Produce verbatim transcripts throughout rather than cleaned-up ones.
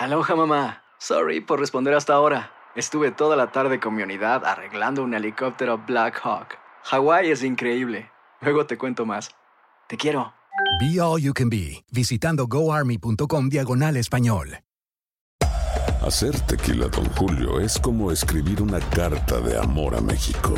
Aloha, mamá. Sorry por responder hasta ahora. Estuve toda la tarde con mi unidad arreglando un helicóptero Black Hawk. Hawái es increíble. Luego te cuento más. Te quiero. Be All You Can Be, visitando goarmy.com diagonal español. Hacer tequila Don Julio es como escribir una carta de amor a México.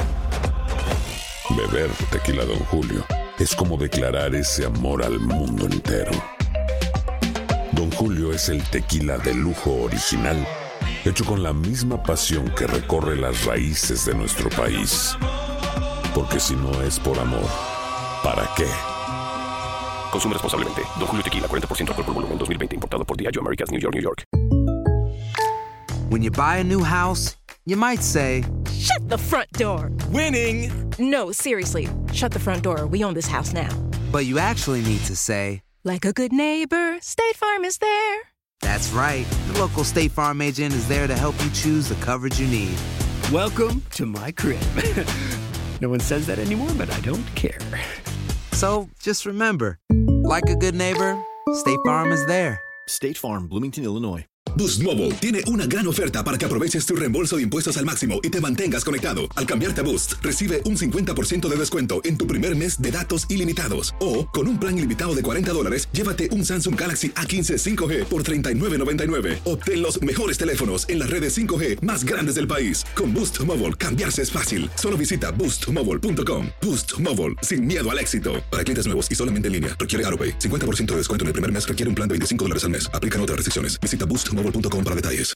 Beber tequila Don Julio es como declarar ese amor al mundo entero. Don Julio es el tequila de lujo original, hecho con la misma pasión que recorre las raíces de nuestro país. Porque si no es por amor, ¿para qué? Consume responsablemente. Don Julio Tequila, cuarenta por ciento alcohol por volumen, dos mil veinte. Importado por Diageo Americas, New York, New York. When you buy a new house, you might say, "Shut the front door." Winning! No, seriously. Shut the front door. We own this house now. But you actually need to say, like a good neighbor, State Farm is there. That's right. The local State Farm agent is there to help you choose the coverage you need. Welcome to my crib. No one says that anymore, but I don't care. So just remember, like a good neighbor, State Farm is there. State Farm, Bloomington, Illinois. Boost Mobile tiene una gran oferta para que aproveches tu reembolso de impuestos al máximo y te mantengas conectado. Al cambiarte a Boost, recibe un cincuenta por ciento de descuento en tu primer mes de datos ilimitados. O, con un plan ilimitado de cuarenta dólares, llévate un Samsung Galaxy A quince cinco G por treinta y nueve noventa y nueve. Obtén los mejores teléfonos en las redes cinco G más grandes del país. Con Boost Mobile, cambiarse es fácil. Solo visita boost mobile punto com. Boost Mobile, sin miedo al éxito. Para clientes nuevos y solamente en línea, requiere AutoPay. cincuenta por ciento de descuento en el primer mes requiere un plan de veinticinco dólares al mes. Aplican otras restricciones. Visita boost mobile punto com para detalles.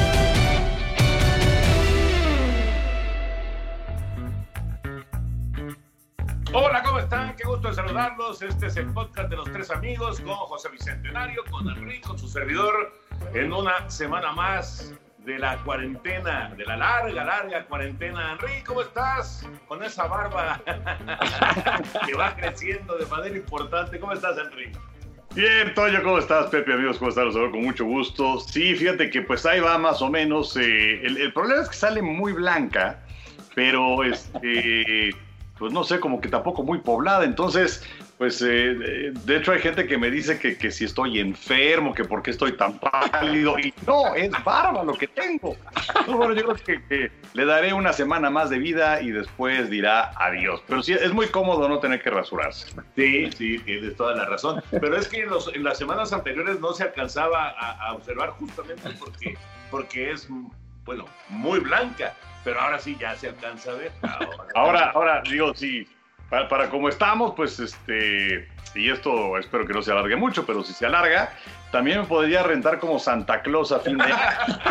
Hola, ¿cómo están? Qué gusto de saludarlos. Este es el podcast de los tres amigos con José Bicentenario, con Henry, con su servidor, en una semana más de la cuarentena, de la larga, larga cuarentena. Henry, ¿cómo estás? Con esa barba que va creciendo de manera importante. ¿Cómo estás, Henry? Bien, Toño, ¿cómo estás? Pepe, amigos, ¿cómo están? Los saludo con mucho gusto. Sí, fíjate que pues ahí va más o menos. Eh, el, el problema es que sale muy blanca, pero este, pues no sé, como que tampoco muy poblada. Entonces, pues eh, de hecho hay gente que me dice que, que si estoy enfermo, que por qué estoy tan pálido. Y no, es barba lo que tengo. Entonces, bueno, yo creo que, que le daré una semana más de vida y después dirá adiós. Pero sí, es muy cómodo no tener que rasurarse. Sí, sí, tienes toda la razón. Pero es que en, los, en las semanas anteriores no se alcanzaba a, a observar justamente porque, porque es, bueno, muy blanca. Pero ahora sí ya se alcanza a ver. Ahora, ahora, ahora digo, sí, para, para como estamos, pues, este, y esto espero que no se alargue mucho, pero si se alarga, también me podría rentar como Santa Claus a fin de año.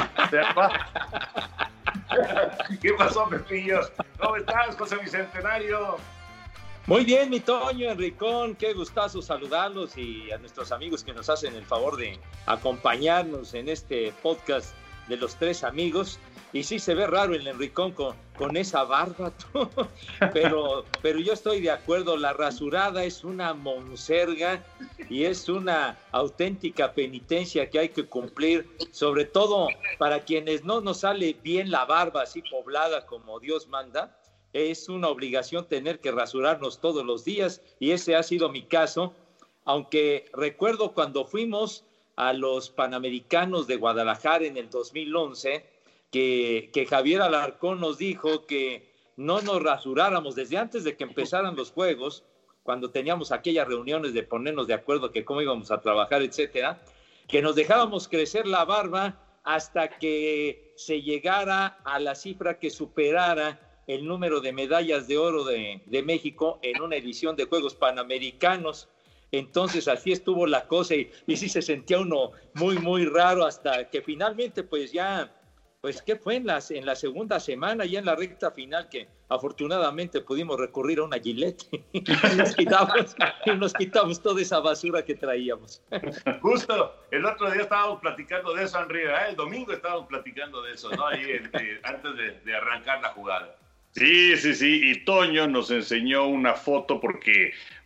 ¿Qué pasó, Pepillo? ¿Cómo estás, José Bicentenario? Muy bien, mi Toño, Enricón, qué gustazo saludarlos y a nuestros amigos que nos hacen el favor de acompañarnos en este podcast de los tres amigos. Y sí se ve raro el Enricón con, con esa barba, pero, pero yo estoy de acuerdo, la rasurada es una monserga y es una auténtica penitencia que hay que cumplir, sobre todo para quienes no nos sale bien la barba así poblada como Dios manda. Es una obligación tener que rasurarnos todos los días y ese ha sido mi caso, aunque recuerdo cuando fuimos a los Panamericanos de Guadalajara en el dos mil once, Que, que Javier Alarcón nos dijo que no nos rasuráramos desde antes de que empezaran los juegos, cuando teníamos aquellas reuniones de ponernos de acuerdo que cómo íbamos a trabajar, etcétera, que nos dejábamos crecer la barba hasta que se llegara a la cifra que superara el número de medallas de oro de, de México en una edición de Juegos Panamericanos. Entonces así estuvo la cosa y, y sí se sentía uno muy, muy raro hasta que finalmente pues ya... Pues, ¿qué fue en la, en la segunda semana, ya en la recta final, que afortunadamente pudimos recurrir a una Gillette y nos quitamos, y nos quitamos toda esa basura que traíamos? Justo, el otro día estábamos platicando de eso, Henry, ¿eh? El domingo estábamos platicando de eso, ¿no? Ahí, eh, antes de, de arrancar la jugada. Sí, sí, sí, y Toño nos enseñó una foto porque,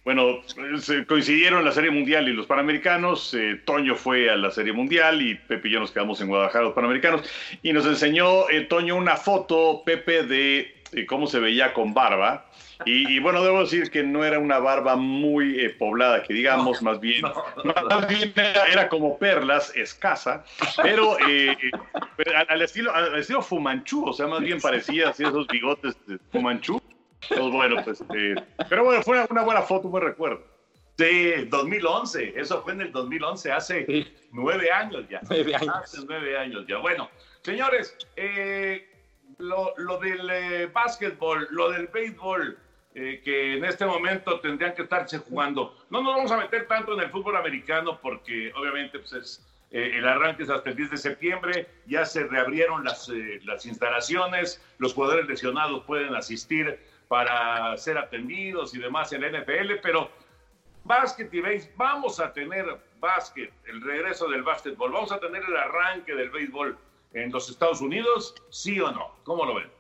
bueno, se coincidieron la Serie Mundial y los Panamericanos. Eh, Toño fue a la Serie Mundial y Pepe y yo nos quedamos en Guadalajara, los Panamericanos. Y nos enseñó eh, Toño una foto, Pepe, de eh, cómo se veía con barba. Y, y bueno, debo decir que no era una barba muy eh, poblada, que digamos, no, más bien, no, no, no. Más bien era, era como perlas, escasa, pero eh, al, al, estilo, al estilo Fu Manchu, o sea, más bien parecía así esos bigotes de Fu Manchu. Pues bueno, pues, eh, pero bueno, fue una, una buena foto, un buen recuerdo. Sí, dos mil once, eso fue en el dos mil once, hace sí. nueve años ya. Nueve años. Hace nueve años ya. Bueno, señores, eh, lo, lo del eh, básquetbol, lo del béisbol, eh, que en este momento tendrían que estarse jugando. No nos vamos a meter tanto en el fútbol americano porque obviamente pues es, eh, el arranque es hasta el diez de septiembre, ya se reabrieron las, eh, las instalaciones, los jugadores lesionados pueden asistir para ser atendidos y demás en la N F L, pero básquet y béisbol, vamos a tener básquet, el regreso del básquetbol, vamos a tener el arranque del béisbol en los Estados Unidos, ¿sí o no? ¿Cómo lo ven?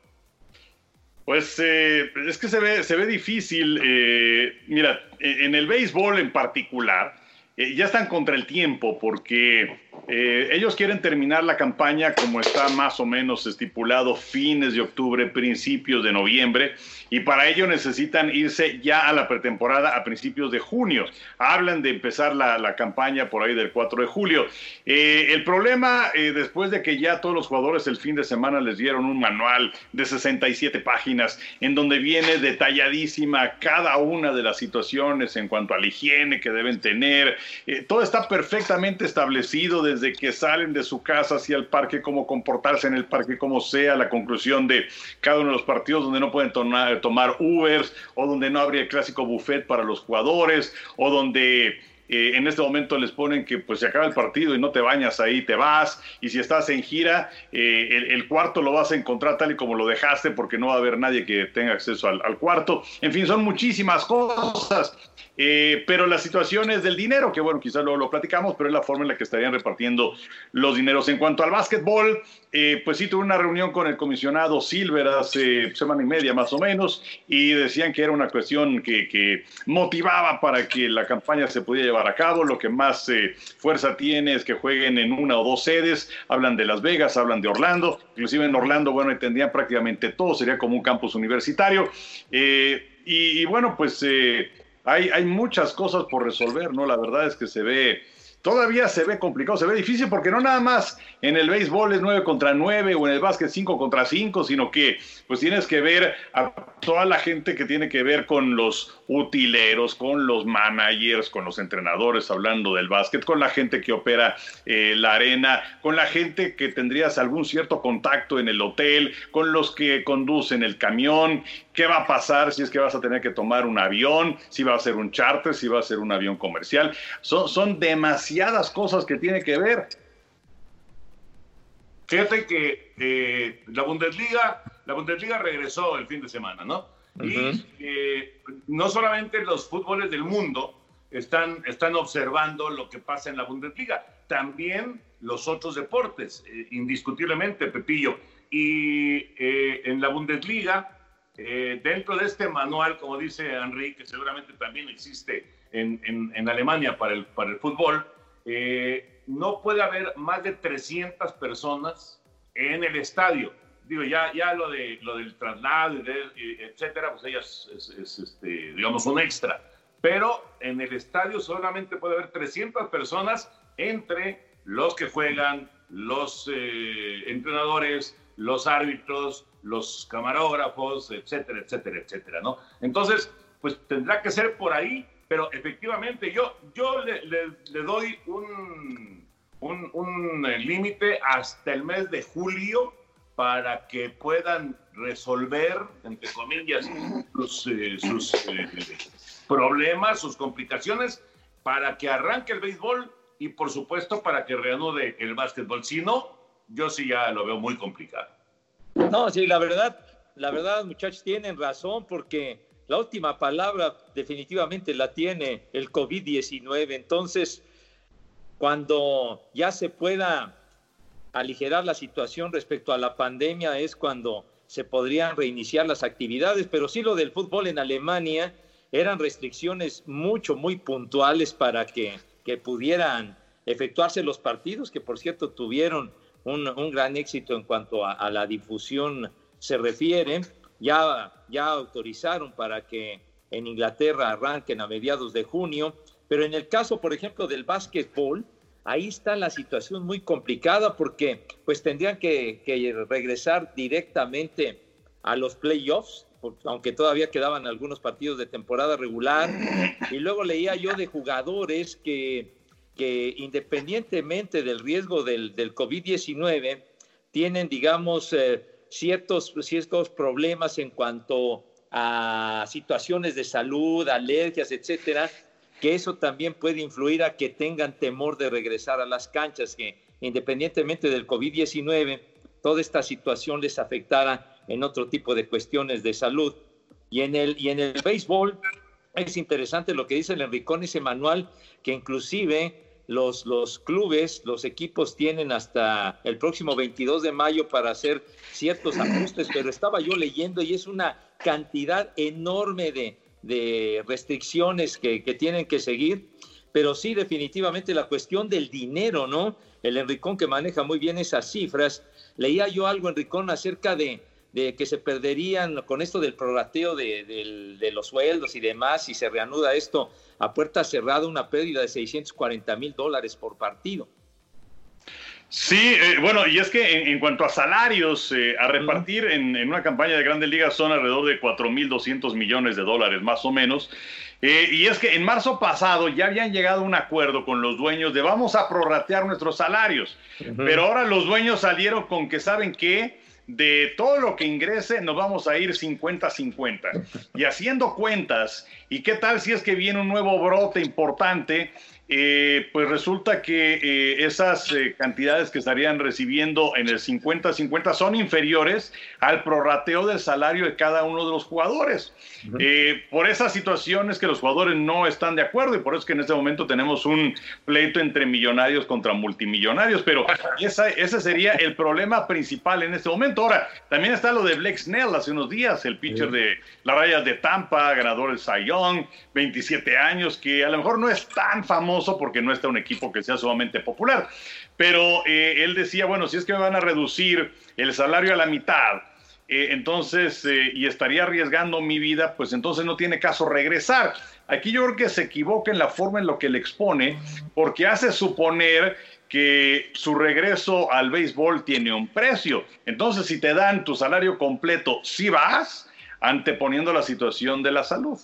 Pues eh, es que se ve, se ve difícil. Eh, mira, en el béisbol en particular, eh, ya están contra el tiempo porque eh, ellos quieren terminar la campaña como está más o menos estipulado, fines de octubre, principios de noviembre, y para ello necesitan irse ya a la pretemporada a principios de junio. Hablan de empezar la, la campaña por ahí del cuatro de julio. Eh, el problema, eh, después de que ya todos los jugadores el fin de semana les dieron un manual de sesenta y siete páginas, en donde viene detalladísima cada una de las situaciones en cuanto a la higiene que deben tener, eh, todo está perfectamente establecido desde que salen de su casa hacia el parque, cómo comportarse en el parque, cómo sea la conclusión de cada uno de los partidos, donde no pueden tomar, tomar Ubers, o donde no habría el clásico buffet para los jugadores, o donde eh, en este momento les ponen que pues se acaba el partido y no te bañas ahí, te vas, y si estás en gira, eh, el, el cuarto lo vas a encontrar tal y como lo dejaste, porque no va a haber nadie que tenga acceso al, al cuarto. En fin, son muchísimas cosas. Eh, pero la situación es del dinero, que bueno, quizás luego lo platicamos, pero es la forma en la que estarían repartiendo los dineros. En cuanto al básquetbol, eh, pues sí tuve una reunión con el comisionado Silver hace semana y media más o menos, y decían que era una cuestión que, que motivaba para que la campaña se pudiera llevar a cabo. Lo que más eh, fuerza tiene es que jueguen en una o dos sedes. Hablan de Las Vegas, hablan de Orlando, inclusive en Orlando, bueno, tendrían prácticamente todo, sería como un campus universitario. Eh, y, y bueno, pues... Eh, Hay, hay muchas cosas por resolver, ¿no? La verdad es que se ve, todavía se ve complicado, se ve difícil, porque no nada más en el béisbol es nueve contra nueve o en el básquet cinco contra cinco, sino que pues tienes que ver a toda la gente que tiene que ver con los utileros, con los managers, con los entrenadores, hablando del básquet, con la gente que opera eh, la arena, con la gente que tendrías algún cierto contacto en el hotel, con los que conducen el camión. ¿Qué va a pasar si es que vas a tener que tomar un avión? Si va a ser un charter, si va a ser un avión comercial. Son, son demasiadas cosas que tiene que ver. Fíjate que eh, la Bundesliga, la Bundesliga regresó el fin de semana, ¿no? Uh-huh. Y eh, no solamente los fútboles del mundo están, están observando lo que pasa en la Bundesliga, también los otros deportes, eh, indiscutiblemente, Pepillo. Y eh, en la Bundesliga, eh, dentro de este manual, como dice Henry, que seguramente también existe en, en, en Alemania para el, para el fútbol, eh, no puede haber más de trescientas personas en el estadio. Digo, ya, ya lo, de, lo del traslado, etcétera, pues ellas es, es, es este, digamos, un extra. Pero en el estadio solamente puede haber trescientas personas entre los que juegan, los eh, entrenadores, los árbitros, los camarógrafos, etcétera, etcétera, etcétera, ¿no? Entonces, pues tendrá que ser por ahí, pero efectivamente yo, yo le, le, le doy un, un, un límite hasta el mes de julio para que puedan resolver, entre comillas, sus, eh, sus eh, problemas, sus complicaciones, para que arranque el béisbol y, por supuesto, para que reanude el básquetbol. Si no, yo sí ya lo veo muy complicado. No, sí, la verdad, la verdad, muchachos, tienen razón, porque la última palabra definitivamente la tiene el COVID diecinueve. Entonces, cuando ya se pueda aligerar la situación respecto a la pandemia, es cuando se podrían reiniciar las actividades. Pero sí, lo del fútbol en Alemania, eran restricciones mucho, muy puntuales para que, que pudieran efectuarse los partidos, que por cierto tuvieron un, un gran éxito en cuanto a, a la difusión se refiere. Ya, ya autorizaron para que en Inglaterra arranquen a mediados de junio, pero en el caso, por ejemplo, del básquetbol, ahí está la situación muy complicada porque pues tendrían que, que regresar directamente a los playoffs, aunque todavía quedaban algunos partidos de temporada regular, y luego leía yo de jugadores que, que independientemente del riesgo del, del COVID diecinueve, tienen, digamos, eh, ciertos, ciertos problemas en cuanto a situaciones de salud, alergias, etcétera, que eso también puede influir a que tengan temor de regresar a las canchas, que independientemente del COVID diecinueve, toda esta situación les afectara en otro tipo de cuestiones de salud. Y en el, y en el béisbol es interesante lo que dice el Enricón, ese manual, que inclusive los, los clubes, los equipos tienen hasta el próximo veintidós de mayo para hacer ciertos ajustes, pero estaba yo leyendo y es una cantidad enorme de, de restricciones que, que tienen que seguir, pero sí definitivamente la cuestión del dinero, ¿no? El Enricón, que maneja muy bien esas cifras, leía yo algo, Enricón, acerca de, de que se perderían con esto del prorrateo de, de, de los sueldos y demás, si se reanuda esto a puerta cerrada, una pérdida de seiscientos cuarenta mil dólares por partido. Sí, eh, bueno, y es que en, en cuanto a salarios, eh, a repartir en, en una campaña de Grandes Ligas son alrededor de cuatro mil doscientos millones de dólares, más o menos. Eh, y es que en marzo pasado ya habían llegado a un acuerdo con los dueños de vamos a prorratear nuestros salarios. Uh-huh. Pero ahora los dueños salieron con que, ¿saben qué? De todo lo que ingrese nos vamos a ir cincuenta cincuenta. Y haciendo cuentas, ¿y qué tal si es que viene un nuevo brote importante? Eh, pues resulta que eh, esas eh, cantidades que estarían recibiendo en el cincuenta cincuenta son inferiores al prorrateo del salario de cada uno de los jugadores. Uh-huh. Eh, por esas situaciones que los jugadores no están de acuerdo, y por eso es que en este momento tenemos un pleito entre millonarios contra multimillonarios, pero esa, ese sería el problema principal en este momento. Ahora, también está lo de Blake Snell hace unos días, el pitcher uh-huh. de las Rayas de Tampa, ganador del Cy Young, veintisiete años, que a lo mejor no es tan famoso porque no está un equipo que sea sumamente popular, pero eh, él decía, bueno, si es que me van a reducir el salario a la mitad, eh, entonces, eh, y estaría arriesgando mi vida, pues entonces no tiene caso regresar. Aquí yo creo que se equivoca en la forma en lo que le expone, porque hace suponer que su regreso al béisbol tiene un precio. Entonces, si te dan tu salario completo, ¿sí vas? Anteponiendo la situación de la salud.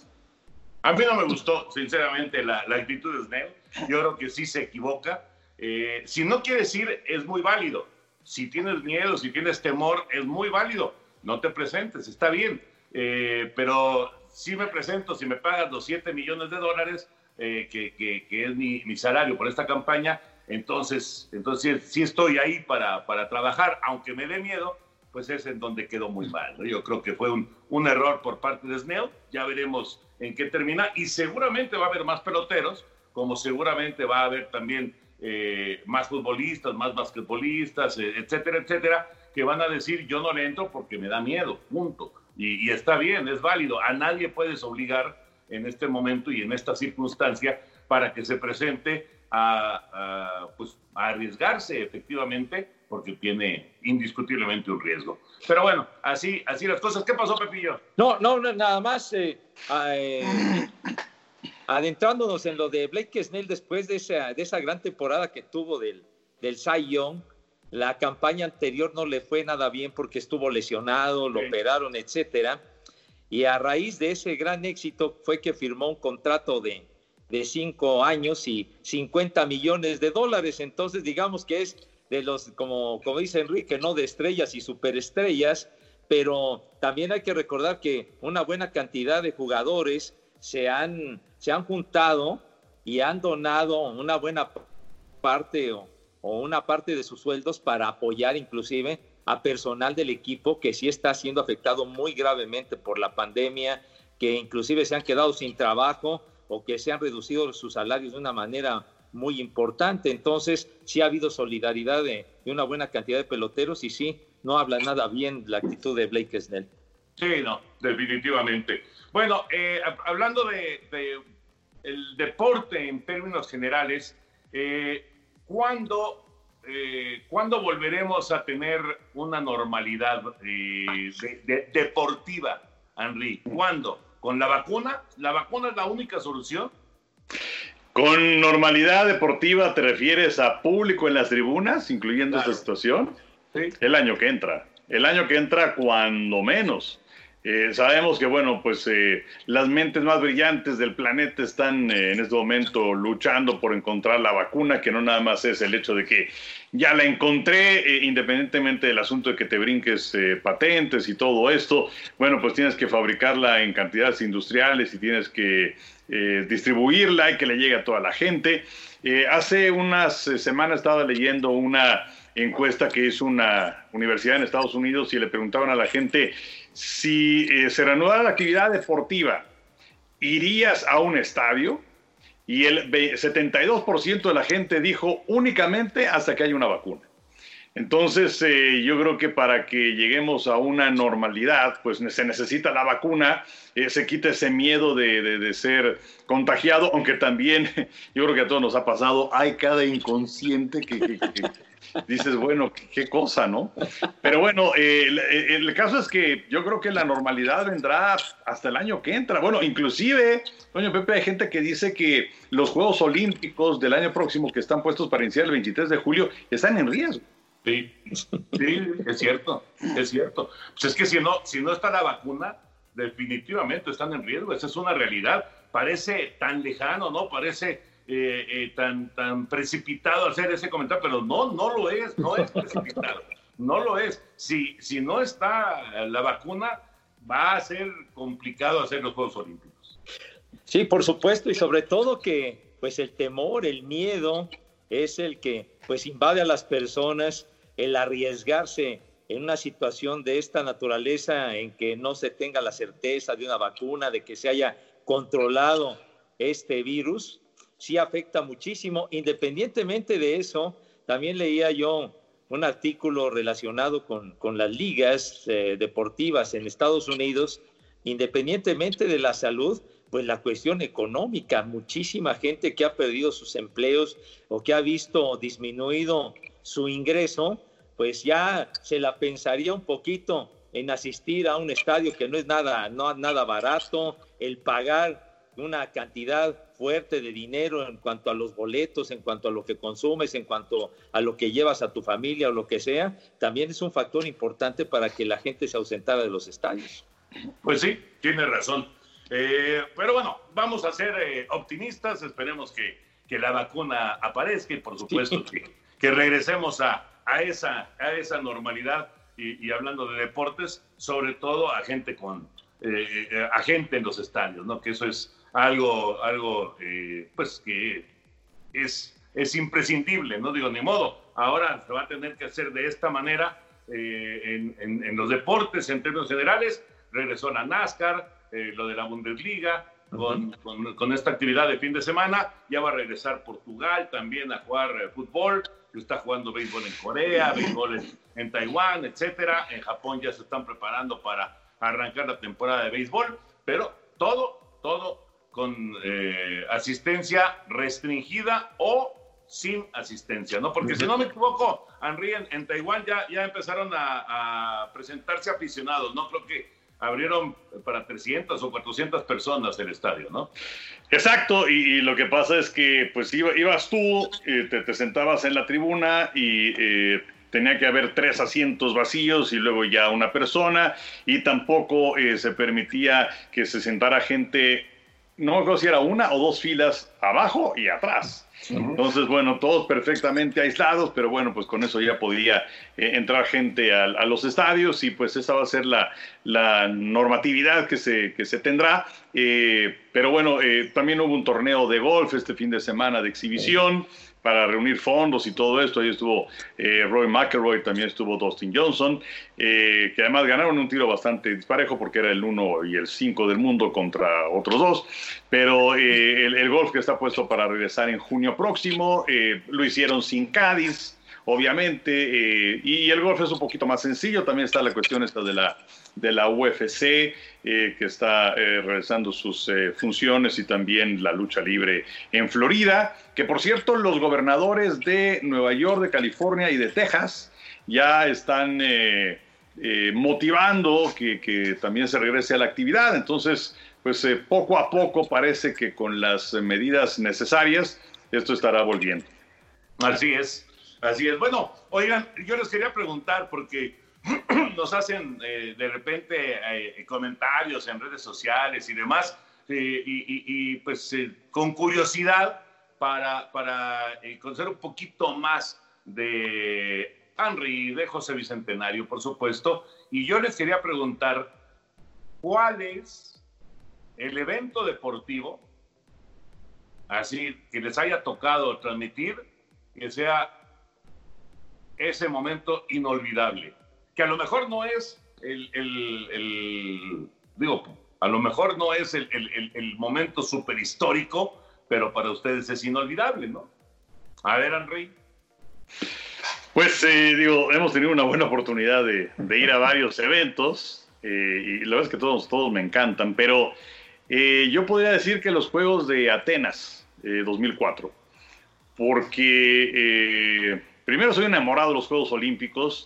A mí no me gustó, sinceramente, la, la actitud de Snell. Yo creo que sí se equivoca. Eh, si no quieres ir, es muy válido. Si tienes miedo, si tienes temor, es muy válido. No te presentes, está bien. Eh, pero si me presento, si me pagas los siete millones de dólares, eh, que, que, que es mi, mi salario por esta campaña, entonces, entonces sí estoy ahí para, para trabajar, aunque me dé miedo, pues es en donde quedó muy mal, ¿no? Yo creo que fue un, un error por parte de Snell. Ya veremos en qué termina, y seguramente va a haber más peloteros, como seguramente va a haber también eh, más futbolistas, más basquetbolistas, eh, etcétera, etcétera, que van a decir, yo no le entro porque me da miedo, punto. Y, y está bien, es válido. A nadie puedes obligar en este momento y en esta circunstancia para que se presente a, a, pues, a arriesgarse efectivamente, porque tiene indiscutiblemente un riesgo. Pero bueno, así, así las cosas. ¿Qué pasó, Pepillo? No, no, no nada más eh, eh, adentrándonos en lo de Blake Snell después de esa, de esa gran temporada que tuvo del, del Cy Young. La campaña anterior no le fue nada bien porque estuvo lesionado, lo sí. operaron, etcétera. Y a raíz de ese gran éxito fue que firmó un contrato de, de cinco años y cincuenta millones de dólares. Entonces, digamos que es de los, como, como dice Enrique, ¿no? De estrellas y superestrellas, pero también hay que recordar que una buena cantidad de jugadores se han, se han juntado y han donado una buena parte o, o una parte de sus sueldos para apoyar inclusive a personal del equipo que sí está siendo afectado muy gravemente por la pandemia, que inclusive se han quedado sin trabajo o que se han reducido sus salarios de una manera muy importante. Entonces sí ha habido solidaridad de, de una buena cantidad de peloteros y sí, no habla nada bien la actitud de Blake Snell. Sí, no, definitivamente. Bueno, eh, hablando de, de el deporte en términos generales, eh, ¿cuándo, eh, ¿cuándo volveremos a tener una normalidad eh, de, de, deportiva, Henry? ¿Cuándo? ¿Con la vacuna? ¿La vacuna es la única solución? ¿Con normalidad deportiva te refieres a público en las tribunas, incluyendo claro. esta situación? Sí. El año que entra. El año que entra, cuando menos. Eh, sabemos que, bueno, pues eh, las mentes más brillantes del planeta están eh, en este momento luchando por encontrar la vacuna, que no nada más es el hecho de que ya la encontré, eh, independientemente del asunto de que te brinques eh, patentes y todo esto. Bueno, pues tienes que fabricarla en cantidades industriales y tienes que eh, distribuirla y que le llegue a toda la gente. Eh, hace unas eh, semanas estaba leyendo una encuesta que hizo una universidad en Estados Unidos y le preguntaban a la gente: si eh, se reanudara la actividad deportiva, ¿irías a un estadio? Y el setenta y dos por ciento de la gente dijo únicamente hasta que haya una vacuna. Entonces, eh, yo creo que para que lleguemos a una normalidad, pues se necesita la vacuna, eh, se quita ese miedo de, de, de ser contagiado, aunque también, yo creo que a todos nos ha pasado, hay cada inconsciente que... que, que dices, bueno, qué, qué cosa, ¿no? Pero bueno, eh, el, el caso es que yo creo que la normalidad vendrá hasta el año que entra. Bueno, inclusive, doña Pepe, hay gente que dice que los Juegos Olímpicos del año próximo, que están puestos para iniciar el veintitrés de julio, están en riesgo. Sí, sí, es cierto, es cierto. Pues es que si no, si no está la vacuna, definitivamente están en riesgo. Esa es una realidad. Parece tan lejano, ¿no? Parece... Eh, eh, tan, tan precipitado hacer ese comentario, pero no, no lo es, no es precipitado, no lo es. Si, si no está la vacuna, va a ser complicado hacer los Juegos Olímpicos. Sí, por supuesto, y sobre todo que pues el temor, el miedo es el que pues invade a las personas, el arriesgarse en una situación de esta naturaleza en que no se tenga la certeza de una vacuna, de que se haya controlado este virus, sí afecta muchísimo. Independientemente de eso, también leía yo un artículo relacionado con, con las ligas eh, deportivas en Estados Unidos. Independientemente de la salud, pues la cuestión económica, muchísima gente que ha perdido sus empleos o que ha visto disminuido su ingreso, pues ya se la pensaría un poquito en asistir a un estadio que no es nada, no, nada barato, el pagar una cantidad fuerte de dinero en cuanto a los boletos, en cuanto a lo que consumes, en cuanto a lo que llevas a tu familia o lo que sea, también es un factor importante para que la gente se ausentara de los estadios. Pues sí, tiene razón. Eh, pero bueno, vamos a ser eh, optimistas, esperemos que, que la vacuna aparezca y por supuesto sí. que, que regresemos a, a, esa, a esa normalidad y, y hablando de deportes, sobre todo a gente con eh, a gente en los estadios, ¿no? Que eso es algo, algo eh, pues que es, es imprescindible, no digo ni modo, ahora se va a tener que hacer de esta manera eh, en, en, en los deportes en términos generales. Regresó la NASCAR, eh, lo de la Bundesliga, con, uh-huh. con, con esta actividad de fin de semana, ya va a regresar Portugal también a jugar eh, fútbol, está jugando béisbol en Corea, béisbol en, en Taiwán, etcétera, en Japón ya se están preparando para arrancar la temporada de béisbol, pero todo, todo con eh, asistencia restringida o sin asistencia, ¿no? Porque si no me equivoco, Henry, en, en Taiwán ya, ya empezaron a, a presentarse aficionados, ¿no? Creo que abrieron para trescientas o cuatrocientas personas el estadio, ¿no? Exacto, y, y lo que pasa es que pues iba, ibas tú, eh, te, te sentabas en la tribuna y eh, tenía que haber tres asientos vacíos y luego ya una persona, y tampoco eh, se permitía que se sentara gente, no me acuerdo si era una o dos filas abajo y atrás. Entonces, bueno, todos perfectamente aislados, pero bueno, pues con eso ya podía eh, entrar gente a, a los estadios y pues esa va a ser la, la normatividad que se, que se tendrá. Eh, pero bueno, eh, también hubo un torneo de golf este fin de semana de exhibición para reunir fondos y todo esto. Ahí estuvo eh, Rory McIlroy, también estuvo Dustin Johnson, eh, que además ganaron un tiro bastante disparejo porque era el uno y el cinco del mundo contra otros dos. Pero eh, el, el golf que está puesto para regresar en junio próximo, eh, lo hicieron sin Cádiz, obviamente, eh, y el golf es un poquito más sencillo. También está la cuestión esta de la, de la U F C, eh, que está eh, realizando sus eh, funciones, y también la lucha libre en Florida, que por cierto los gobernadores de Nueva York, de California y de Texas ya están eh, eh, motivando que, que también se regrese a la actividad. Entonces, pues eh, poco a poco parece que con las medidas necesarias esto estará volviendo. Así es, así es. Bueno, oigan, yo les quería preguntar porque nos hacen eh, de repente eh, comentarios en redes sociales y demás, eh, y, y, y pues eh, con curiosidad para, para eh, conocer un poquito más de Henry, de José Bicentenario, por supuesto, y yo les quería preguntar cuál es el evento deportivo así que les haya tocado transmitir, que sea ese momento inolvidable, que a lo mejor no es el, el, el digo, a lo mejor no es el, el, el momento súper histórico, pero para ustedes es inolvidable, ¿no? A ver, Henry. Pues, eh, digo, hemos tenido una buena oportunidad de, de ir a varios eventos, eh, y la verdad es que todos, todos me encantan, pero eh, yo podría decir que los Juegos de Atenas, eh, dos mil cuatro, porque eh, primero soy enamorado de los Juegos Olímpicos,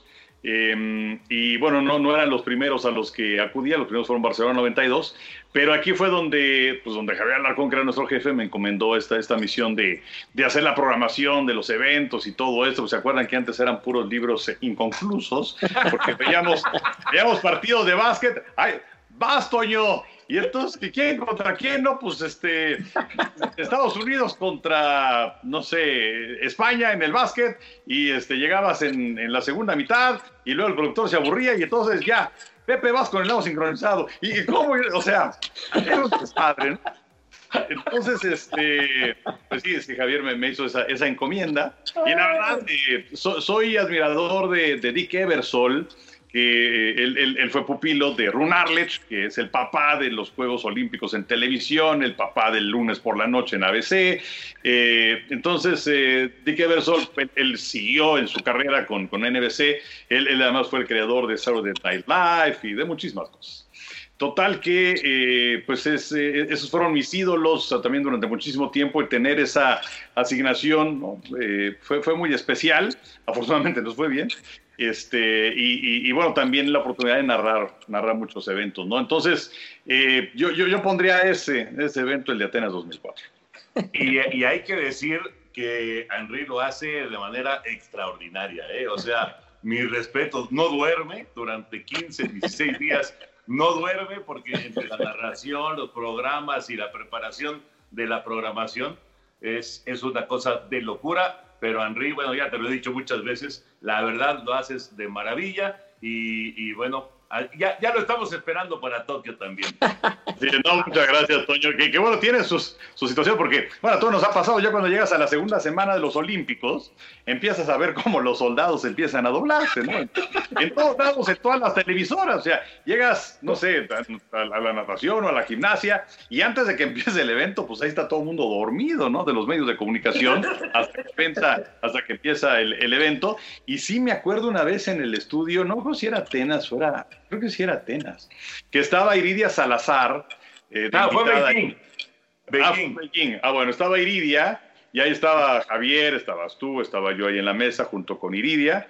eh, y bueno, no, no eran los primeros a los que acudía, los primeros fueron Barcelona noventa y dos, pero aquí fue donde, pues donde Javier Alarcón, que era nuestro jefe, me encomendó esta, esta misión de, de hacer la programación de los eventos y todo esto. Pues, ¿se acuerdan que antes eran puros libros inconclusos? Porque veíamos, veíamos partidos de básquet. ¡Ay, vas, Toño! Y entonces, ¿quién contra quién? No, pues este, Estados Unidos contra, no sé, España en el básquet, y este, llegabas en, en la segunda mitad, y luego el productor se aburría, y entonces ya, Pepe, vas con el lado sincronizado. ¿Y cómo? O sea, era un desmadre, ¿no? Entonces, este, pues sí, es que Javier me, me hizo esa, esa encomienda, y la verdad, eh, so, soy admirador de, de Dick Ebersol, que él, él, él fue pupilo de Rune Arledge, que es el papá de los Juegos Olímpicos en televisión, el papá del Lunes por la Noche en A B C. Eh, entonces, eh, Dick Ebersol, él, él siguió en su carrera con, con N B C. Él, él además fue el creador de Saturday Night Live y de muchísimas cosas. Total que, eh, pues, es, eh, esos fueron mis ídolos también durante muchísimo tiempo, y tener esa asignación, ¿no? eh, fue, fue muy especial. Afortunadamente nos fue bien. Este, y, y, y bueno, también la oportunidad de narrar, narrar muchos eventos, ¿no? Entonces, eh, yo, yo, yo pondría ese, ese evento, el de Atenas dos mil cuatro. Y, y hay que decir que Henry lo hace de manera extraordinaria, ¿eh? O sea, mis respetos, no duerme durante quince, dieciséis días, no duerme, porque entre la narración, los programas y la preparación de la programación es, es una cosa de locura. Pero Henry, bueno, ya te lo he dicho muchas veces, la verdad lo haces de maravilla, y, y bueno, ya, ya lo estamos esperando para Tokio también. Sí, no, muchas gracias, Toño. Que, que bueno, tiene sus, su situación, porque, bueno, a todos nos ha pasado, ya cuando llegas a la segunda semana de los Olímpicos, empiezas a ver cómo los soldados empiezan a doblarse, ¿no? En, en todos lados, en todas las televisoras, o sea, llegas, no sé, a, a la natación o a la gimnasia, y antes de que empiece el evento, pues ahí está todo el mundo dormido, ¿no? De los medios de comunicación, hasta que empieza, hasta que empieza el, el evento. Y sí me acuerdo una vez en el estudio, no creo si era Atenas, o era, creo que sí era Atenas, que estaba Iridia Salazar. Eh, ah, fue Beijing. Beijing. Ah, Beijing. Ah, bueno, estaba Iridia, y ahí estaba Javier, estabas tú, estaba yo ahí en la mesa junto con Iridia,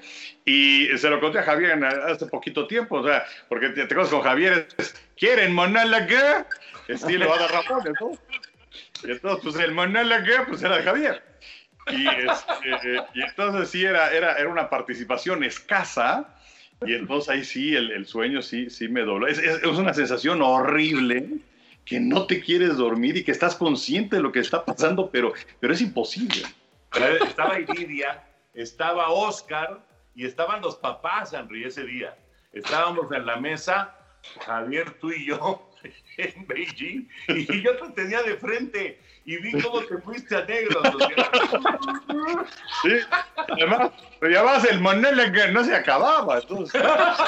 y se lo conté a Javier hace poquito tiempo, o sea, porque te, te conoces con Javier, es, ¿quieren monólogo? Estilo Ada Ramones, ¿no? Y entonces, pues el monólogo, pues era de Javier. Y, este, y entonces sí, era, era, era una participación escasa, y entonces ahí sí, el, el sueño sí, sí me dobló. Es, es, es una sensación horrible, que no te quieres dormir y que estás consciente de lo que está pasando, pero, pero es imposible. Estaba Iridia, estaba Oscar, y estaban los papás, Henry, ese día. Estábamos en la mesa, Javier, tú y yo, en Beijing, y yo te tenía de frente, y vi cómo te fuiste a negro. Sí, además, pero además el monólogo no se acababa, entonces.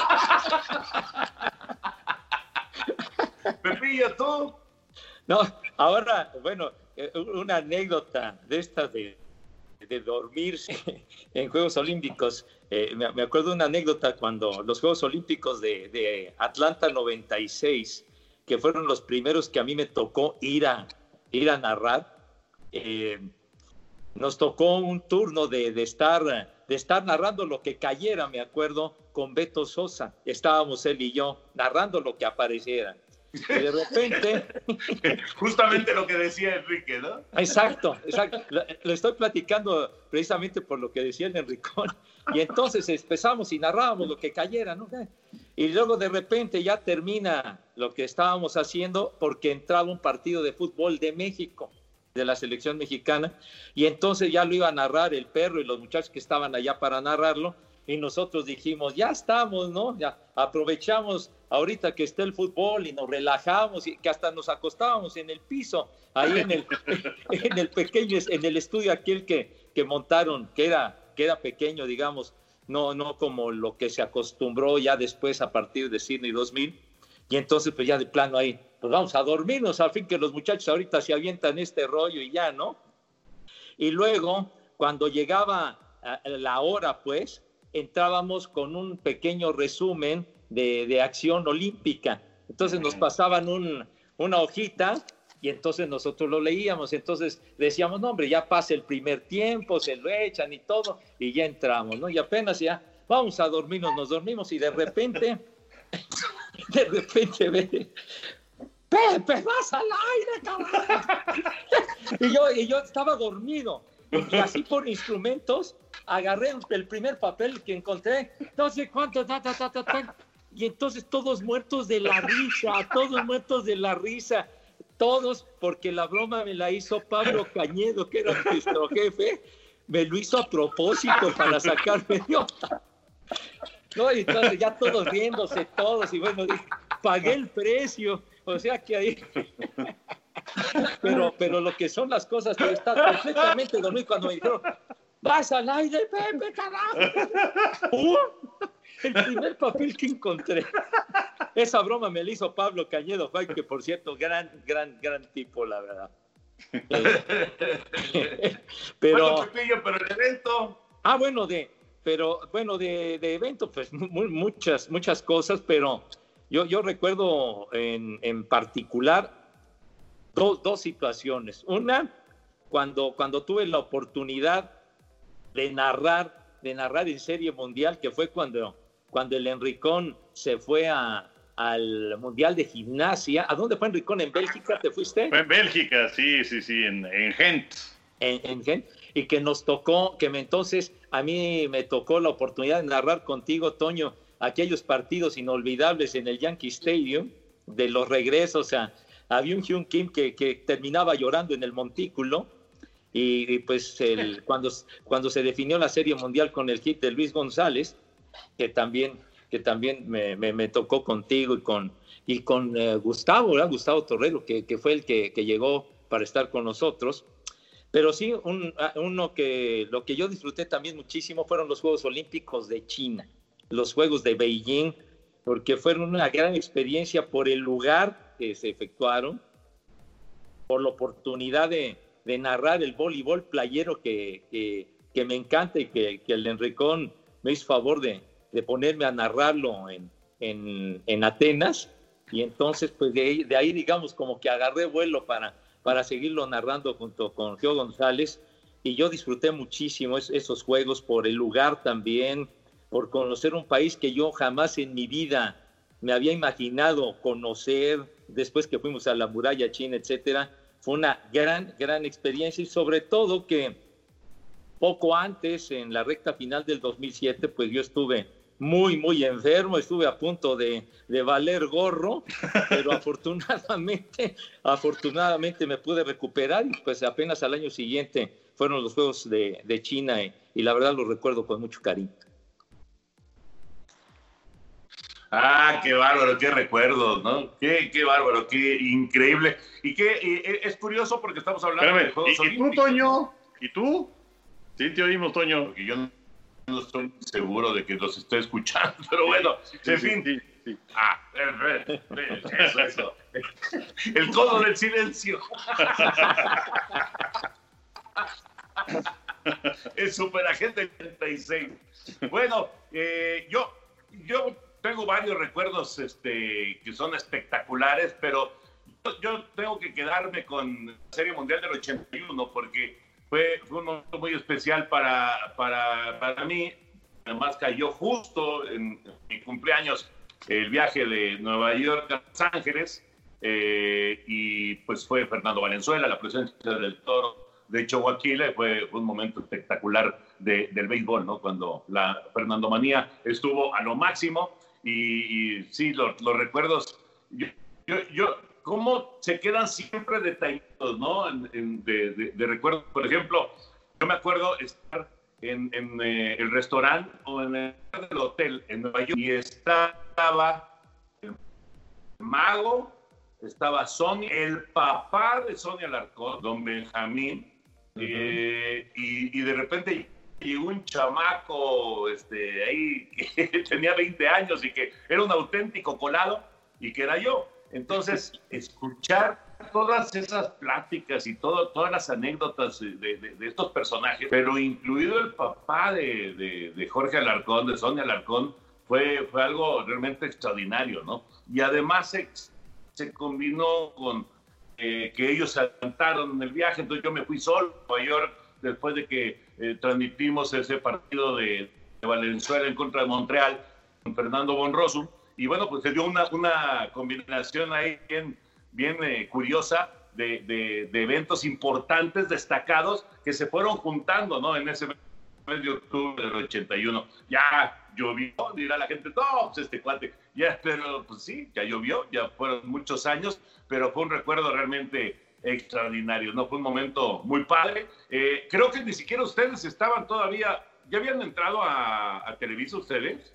Pepillo, ¿tú? No, ahora, bueno, una anécdota de estas de de dormirse en Juegos Olímpicos. Eh, me, me acuerdo de una anécdota cuando los Juegos Olímpicos de, de Atlanta noventa y seis, que fueron los primeros que a mí me tocó ir a, ir a narrar. Eh, nos tocó un turno de, de, estar, de estar narrando lo que cayera, me acuerdo, con Beto Sosa. Estábamos él y yo narrando lo que apareciera. Y de repente... Justamente lo que decía Enrique, ¿no? Exacto, exacto. Lo, lo estoy platicando precisamente por lo que decía el Enricón. Y entonces empezamos y narrábamos lo que cayera, ¿no? Y luego de repente ya termina lo que estábamos haciendo porque entraba un partido de fútbol de México, de la selección mexicana, y entonces ya lo iba a narrar el Perro y los muchachos que estaban allá para narrarlo, y nosotros dijimos, ya estamos, ¿no? Ya aprovechamos ahorita que está el fútbol y nos relajamos, y que hasta nos acostábamos en el piso, ahí en el, en el pequeño, en el estudio aquel que, que montaron, que era, que era pequeño, digamos, no, no como lo que se acostumbró ya después a partir de Sydney dos mil, y entonces pues ya de plano ahí, pues vamos a dormirnos, al fin que los muchachos ahorita se avientan este rollo y ya, ¿no? Y luego, cuando llegaba la hora, pues, entrábamos con un pequeño resumen de, de acción olímpica. Entonces nos pasaban un, una hojita y entonces nosotros lo leíamos. Entonces decíamos, no, hombre, ya pasa el primer tiempo, se lo echan y todo, y ya entramos, ¿no? Y apenas ya, vamos a dormirnos, nos dormimos y de repente, de repente, ve, Pepe, vas al aire, cabrón. y, yo, y yo estaba dormido. Y así por instrumentos, agarré el primer papel que encontré, no sé cuánto, ta, ta, ta, ta, ta, y entonces todos muertos de la risa, todos muertos de la risa, todos, porque la broma me la hizo Pablo Cañedo, que era nuestro jefe, me lo hizo a propósito para sacarme de otra. No, y entonces ya todos riéndose, todos, y bueno, dije, pagué el precio, o sea que ahí... Pero, pero lo que son las cosas, pero está completamente dormido cuando me dijeron, vas al aire, Pepe, carajo. Uh, el primer papel que encontré. Esa broma me la hizo Pablo Cañedo, que por cierto, gran, gran, gran tipo, la verdad. Pero, bueno, Pepillo, pero el evento. Ah, bueno, de, pero, bueno, de, de evento, pues muy, muchas, muchas cosas, pero yo, yo recuerdo en, en particular Dos, dos situaciones. Una, cuando, cuando tuve la oportunidad de narrar, de narrar en Serie Mundial, que fue cuando, cuando el Enricón se fue a, al Mundial de Gimnasia. ¿A dónde fue, Enricón? ¿En Bélgica te fuiste? Fue en Bélgica, sí, sí, sí, en, en Gent. En, en Gent. Y que nos tocó, que me, entonces a mí me tocó la oportunidad de narrar contigo, Toño, aquellos partidos inolvidables en el Yankee Stadium, de los regresos, o sea, había un Hyun Kim que, que terminaba llorando en el montículo y, y pues el, cuando, cuando se definió la Serie Mundial con el hit de Luis González, que también, que también me, me, me tocó contigo y con, y con eh, Gustavo, ¿verdad? Gustavo Torrero, que, que fue el que, que llegó para estar con nosotros. Pero sí, un, uno que lo que yo disfruté también muchísimo fueron los Juegos Olímpicos de China, los Juegos de Beijing, porque fueron una gran experiencia por el lugar que se efectuaron, por la oportunidad de, de narrar el voleibol playero que, que, que me encanta y que, que el Enricón me hizo favor de, de ponerme a narrarlo en, en, en Atenas, y entonces pues de ahí, de ahí digamos como que agarré vuelo para, para seguirlo narrando junto con Gio González, y yo disfruté muchísimo es, esos juegos por el lugar también, por conocer un país que yo jamás en mi vida me había imaginado conocer, después que fuimos a la muralla china, etcétera. Fue una gran, gran experiencia, y sobre todo que poco antes, en la recta final del dos mil siete, pues yo estuve muy, muy enfermo, estuve a punto de, de valer gorro, pero afortunadamente, afortunadamente me pude recuperar, y pues apenas al año siguiente fueron los Juegos de, de China, y, y la verdad los recuerdo con mucho cariño. Ah, qué bárbaro, qué recuerdos, ¿no? Qué, qué bárbaro, qué increíble. Y qué y, es curioso porque estamos hablando Espérame, de Juegos ¿y, Olímpicos. ¿Y tú, Toño? ¿Y tú? Sí, te oímos, Toño. Y yo no, no estoy seguro de que los esté escuchando, pero bueno, sí, en sí, fin. Sí, sí. Ah, eso, eso. El codo del silencio. El superagente treinta y seis. Bueno, eh, yo, yo tengo varios recuerdos este, que son espectaculares, pero yo, yo tengo que quedarme con la Serie Mundial del ochenta y uno porque fue, fue un momento muy especial para, para, para mí. Además cayó justo en, en mi cumpleaños el viaje de Nueva York a Los Ángeles, eh, y pues fue Fernando Valenzuela, la presencia del Toro de Chihuahua, fue, fue un momento espectacular de, del béisbol, ¿no? Cuando la Fernandomanía estuvo a lo máximo, y, y sí, los, los recuerdos, yo, yo, yo, cómo se quedan siempre detallitos, ¿no? En, en, de, de, de recuerdos, por ejemplo, yo me acuerdo estar en, en eh, el restaurante o en el, el hotel en Nueva York, y estaba el Mago, estaba Sonia, el papá de Sonia Alarcón, don Benjamín, uh-huh. eh, y, y de repente llegó un chamaco este, ahí que tenía veinte años y que era un auténtico colado, y que era yo. Entonces, escuchar todas esas pláticas y todo, todas las anécdotas de, de, de estos personajes, pero incluido el papá de, de, de Jorge Alarcón, de Sonia Alarcón, fue, fue algo realmente extraordinario, ¿no? Y además se, se combinó con eh, que ellos se adelantaron en el viaje, entonces yo me fui solo a Nueva York después de que eh, transmitimos ese partido de, de Valenzuela en contra de Montreal con Fernando Bonroso. Y bueno, pues se dio una, una combinación ahí bien, bien eh, curiosa de, de, de eventos importantes, destacados, que se fueron juntando, ¿no? En ese mes de octubre del ochenta y uno. Ya llovió, dirá la gente, no, pues este cuate, ya, pero pues sí, ya llovió, ya fueron muchos años, pero fue un recuerdo realmente extraordinario, ¿no? Fue un momento muy padre. Eh, creo que ni siquiera ustedes estaban todavía, ¿ya habían entrado a, a Televisa ustedes?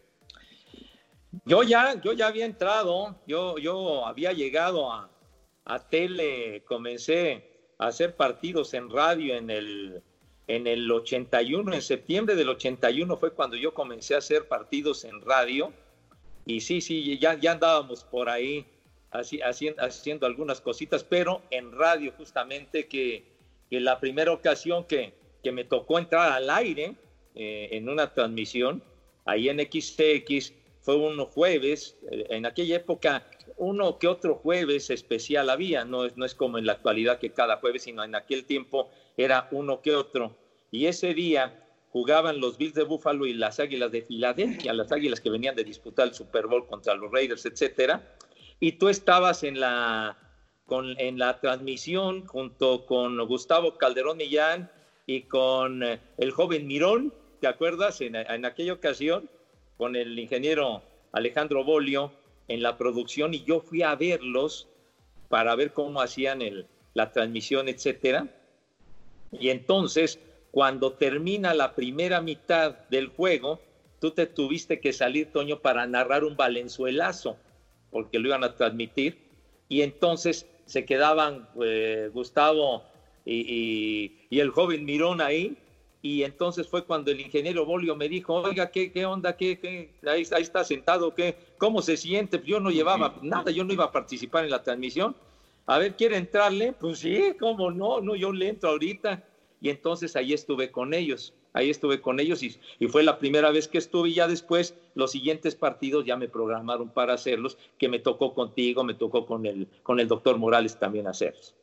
Yo ya, yo ya había entrado, yo, yo había llegado a, a tele, comencé a hacer partidos en radio en el, en el ochenta y uno, en septiembre del ochenta y uno fue cuando yo comencé a hacer partidos en radio, y sí, sí, ya, ya andábamos por ahí así, haciendo, haciendo algunas cositas, pero en radio justamente, que, que la primera ocasión que, que me tocó entrar al aire eh, en una transmisión, ahí en X T X, fue un jueves. En aquella época uno que otro jueves especial había, no es, no es como en la actualidad que cada jueves, sino en aquel tiempo era uno que otro. Y ese día jugaban los Bills de Buffalo y las Águilas de Filadelfia, las Águilas que venían de disputar el Super Bowl contra los Raiders, etcétera. Y tú estabas en la, con, en la transmisión junto con Gustavo Calderón Millán y con el joven Mirón, ¿te acuerdas? En, en aquella ocasión, con el ingeniero Alejandro Bolio en la producción, y yo fui a verlos para ver cómo hacían el, la transmisión, etcétera. Y entonces, cuando termina la primera mitad del juego, tú te tuviste que salir, Toño, para narrar un Valenzuelazo, porque lo iban a transmitir, y entonces se quedaban eh, Gustavo y, y, y el joven Mirón ahí. Y entonces fue cuando el ingeniero Bolio me dijo, oiga, ¿qué, qué onda? ¿Qué, qué? Ahí, ahí está sentado, ¿qué? ¿Cómo se siente? Yo no llevaba nada, yo no iba a participar en la transmisión. A ver, ¿quiere entrarle? Pues sí, ¿cómo no? No, yo le entro ahorita. Y entonces ahí estuve con ellos, ahí estuve con ellos y, y fue la primera vez que estuve, y ya después los siguientes partidos ya me programaron para hacerlos, que me tocó contigo, me tocó con el, con el doctor Morales también hacerlos.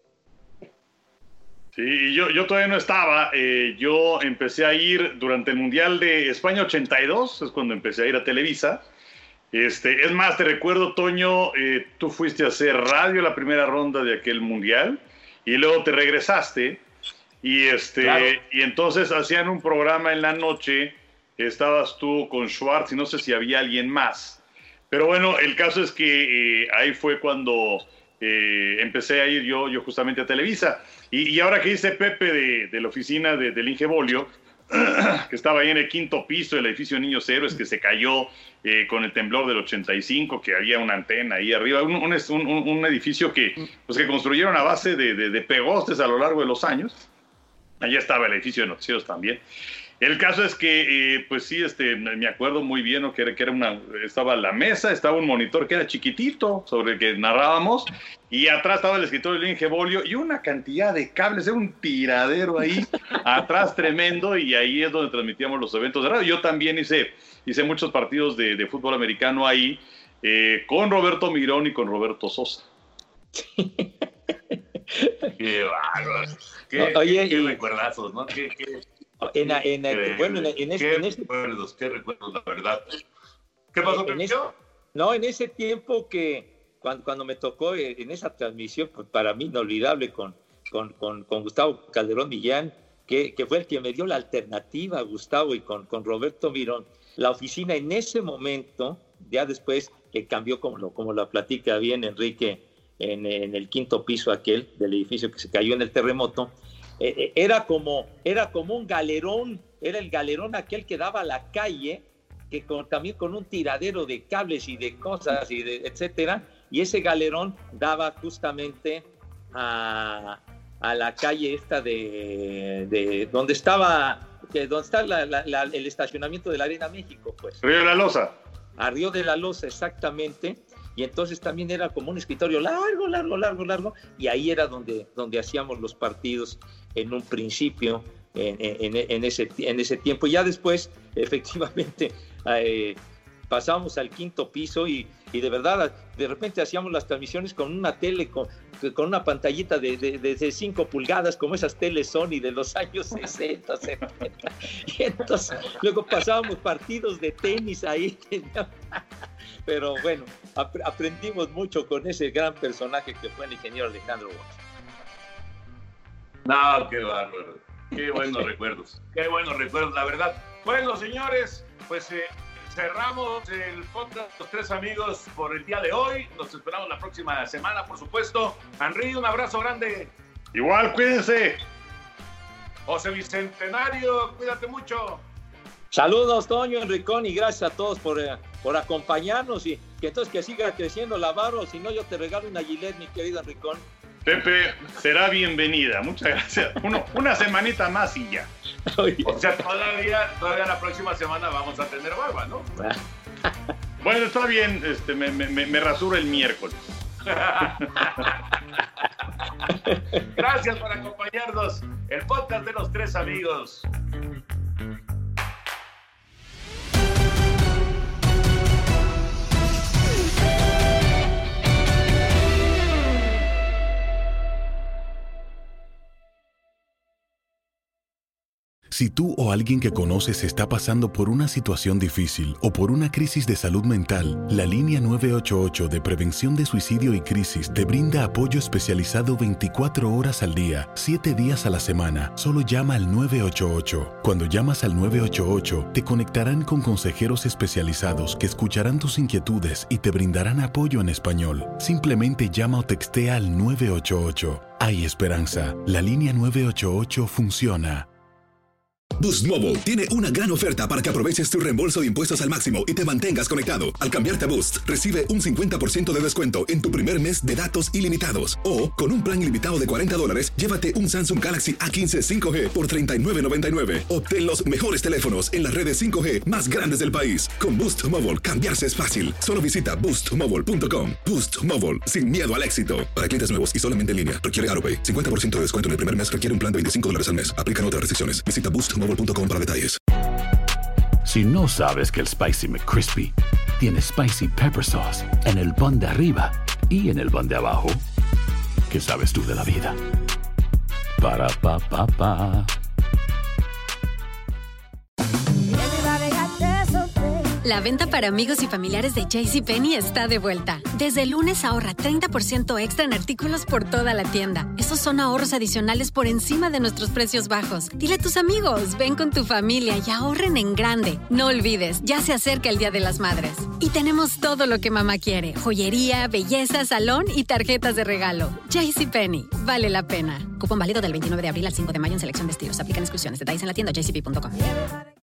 Sí, y yo, yo todavía no estaba, eh, yo empecé a ir durante el Mundial de España ochenta y dos, es cuando empecé a ir a Televisa. Este, es más, te recuerdo, Toño, eh, tú fuiste a hacer radio la primera ronda de aquel Mundial, y luego te regresaste, y, este, claro. y entonces hacían un programa en la noche, estabas tú con Schwartz, y no sé si había alguien más. Pero bueno, el caso es que eh, ahí fue cuando eh, empecé a ir yo, yo justamente a Televisa. Y, y ahora que dice Pepe de, de la oficina de, del Inge Bolio, que estaba ahí en el quinto piso del edificio Niños Héroes, que se cayó eh, con el temblor del ochenta y cinco, que había una antena ahí arriba, un, un, un, un edificio que, pues, que construyeron a base de, de, de pegostes a lo largo de los años. Allá estaba el edificio de noticieros también. El caso es que, eh, pues sí, este, me acuerdo muy bien, ¿no? que, era, que era una, estaba la mesa, estaba un monitor que era chiquitito, sobre el que narrábamos, y atrás estaba el escritorio de Ingebolio, y una cantidad de cables, era un tiradero ahí, atrás tremendo, y ahí es donde transmitíamos los eventos de radio. Yo también hice, hice muchos partidos de, de fútbol americano ahí, eh, con Roberto Mirón y con Roberto Sosa. Qué bárbaro. Qué, Oye, qué y... recuerdazos, ¿no? Qué, qué... En, en, en, bueno, en, en, este, qué en este recuerdos, qué recuerdos, la verdad. ¿Qué pasó, en ese, No, en ese tiempo que cuando, cuando me tocó en esa transmisión, pues para mí inolvidable con, con, con, con Gustavo Calderón Millán, que, que fue el que me dio la alternativa, Gustavo, y con, con Roberto Mirón. La oficina en ese momento, ya después que cambió, como lo, como lo platica bien Enrique, en, en el quinto piso aquel del edificio que se cayó en el terremoto. Eh, era como, era como un galerón, era el galerón aquel que daba a la calle, que con, también con un tiradero de cables y de cosas, y de, etcétera, y ese galerón daba justamente a, a la calle esta de, de donde estaba, de, donde está la, la, la, el estacionamiento de la Arena México, pues. Río de la Loza. A Río de la Loza, exactamente. Y entonces también era como un escritorio largo, largo, largo, largo, y ahí era donde, donde hacíamos los partidos en un principio, en, en, en, ese, en ese tiempo. Ya después, efectivamente, eh, pasamos al quinto piso y, y de verdad, de repente hacíamos las transmisiones con una tele, con, con una pantallita de, de, de cinco pulgadas, como esas teles Sony de los años sesenta, setenta. Y entonces, luego pasábamos partidos de tenis ahí. Pero bueno, ap aprendimos mucho con ese gran personaje que fue el ingeniero Alejandro Bosch. No, qué bárbaro. Qué buenos recuerdos. Qué buenos recuerdos, la verdad. Bueno, señores, pues eh, cerramos el podcast Los Tres Amigos por el día de hoy. Nos esperamos la próxima semana, por supuesto. Henry, un abrazo grande. Igual, cuídense. José Bicentenario, cuídate mucho. Saludos, Toño, Enricón, y gracias a todos por, eh, por acompañarnos, y que entonces que siga creciendo la barba, si no yo te regalo una Gillette, mi querido Enricón. Pepe, será bienvenida, muchas gracias. Uno, una semanita más y ya. O sea, todavía, todavía la próxima semana vamos a tener barba, ¿no? Bueno, está bien, este, me, me, me rasuro el miércoles. Gracias por acompañarnos. El podcast de Los Tres Amigos. Si tú o alguien que conoces está pasando por una situación difícil o por una crisis de salud mental, la línea nueve ocho ocho de Prevención de Suicidio y Crisis te brinda apoyo especializado veinticuatro horas al día, siete días a la semana. Solo llama al nueve ocho ocho. Cuando llamas al nueve ocho ocho, te conectarán con consejeros especializados que escucharán tus inquietudes y te brindarán apoyo en español. Simplemente llama o textea al nueve ocho ocho. Hay esperanza. La línea nueve ocho ocho funciona. Boost Mobile tiene una gran oferta para que aproveches tu reembolso de impuestos al máximo y te mantengas conectado. Al cambiarte a Boost, recibe un cincuenta por ciento de descuento en tu primer mes de datos ilimitados. O, con un plan ilimitado de cuarenta dólares, llévate un Samsung Galaxy A quince cinco G por treinta y nueve noventa y nueve. Obtén los mejores teléfonos en las redes cinco G más grandes del país. Con Boost Mobile, cambiarse es fácil. Solo visita boost mobile punto com. Boost Mobile, sin miedo al éxito. Para clientes nuevos y solamente en línea, requiere AutoPay. cincuenta por ciento de descuento en el primer mes, requiere un plan de veinticinco dólares al mes. Aplican otras restricciones. Visita boost mobile punto com para detalles. Si no sabes que el Spicy McCrispy tiene Spicy Pepper Sauce en el pan de arriba y en el pan de abajo, ¿qué sabes tú de la vida? Para, pa, pa, pa. La venta para amigos y familiares de JCPenney está de vuelta. Desde el lunes ahorra treinta por ciento extra en artículos por toda la tienda. Esos son ahorros adicionales por encima de nuestros precios bajos. Dile a tus amigos, ven con tu familia y ahorren en grande. No olvides, ya se acerca el Día de las Madres. Y tenemos todo lo que mamá quiere. Joyería, belleza, salón y tarjetas de regalo. JCPenney, vale la pena. Cupón válido del veintinueve de abril al cinco de mayo en selección de estilos. Aplican exclusiones. Detalles en la tienda j c p punto com.